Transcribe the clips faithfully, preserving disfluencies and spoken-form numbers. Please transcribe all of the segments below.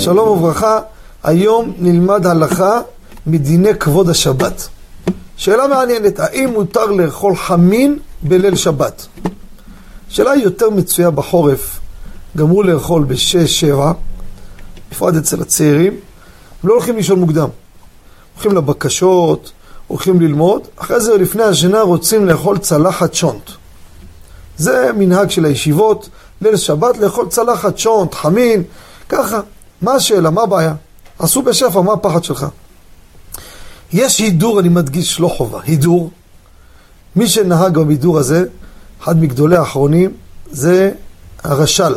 שלום וברכה, היום נלמד הלכה מדיני כבוד השבת. שאלה מעניינת, האם מותר לאכול חמין בליל שבת? שאלה היא יותר מצויה בחורף, גמרו לאכול בשש, שבע, בפרט אצל הצעירים, הם לא הולכים לישון מוקדם. הולכים לבקשות, הולכים ללמוד, אחרי זה לפני השינה רוצים לאכול צלחת שונט. זה מנהג של הישיבות, ליל שבת לאכול צלחת שונט, חמין, ככה. מה השאלה? מה הבעיה? עשו בשפע, מה הפחד שלך? יש הידור, אני מדגיש, לא חובה. הידור, מי שנהג בבידור הזה, אחד מגדולי האחרונים, זה הרש"ל.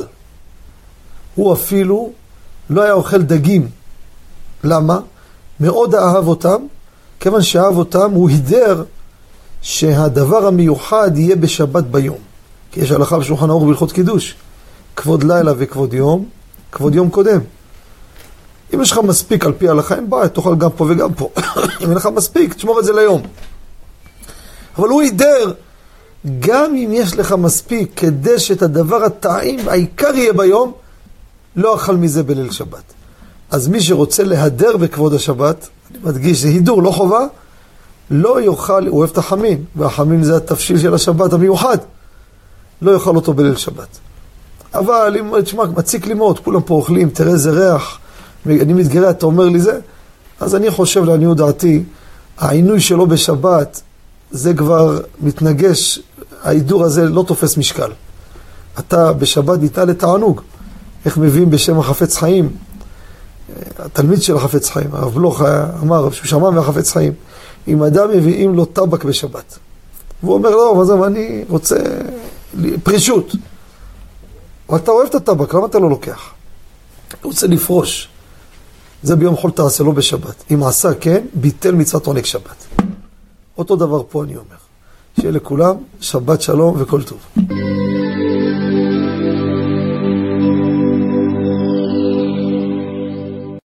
הוא אפילו לא היה אוכל דגים. למה? מאוד אהב אותם, כיוון שאהב אותם, הוא הידר שהדבר המיוחד יהיה בשבת ביום. כי יש הלכה בשולחן ערוך בהלכות קידוש. כבוד לילה וכבוד יום, כבוד יום קודם. אם יש לך מספיק על פי ההלכה, אין בעיה, תאכל גם פה וגם פה. אם אין לך מספיק, תשמור את זה ליום. אבל הוא הידר, גם אם יש לך מספיק, כדי שאת הדבר הטעים, העיקר יהיה ביום, לא אכל מזה בליל שבת. אז מי שרוצה להדר בכבוד השבת, אני מדגיש, זה הידור, לא חובה, לא יאכל, הוא אוהב את החמין, והחמין זה התפשיל של השבת המיוחד, לא יאכל אותו בליל שבת. אבל אם תשמע, מציק לי מאוד, כולם פה אוכלים, תראה איזה ריח, אני מתגרה, אתה אומר לי זה, אז אני חושב לעניות דעתי, העינוי שלו בשבת, זה כבר מתנגש, ההידור הזה לא תופס משקל. אתה בשבת ניתן לתענוג, איך מביאים בשם החפץ חיים, התלמיד של החפץ חיים, הרב בלוך אמר, שהוא שמע מהחפץ חיים, אם אדם מביאים לו טבק בשבת, והוא אומר, לא, מה זה, אני רוצה פרישות, ואתה אוהב את הטבק, למה אתה לא לוקח? הוא רוצה לפרוש, זה ביום חול תעשה, לא בשבת. אם עשה כן, ביטל מצוות עונג שבת. אותו דבר פה אני אומר, שיהיה לכולם שבת שלום וכל טוב.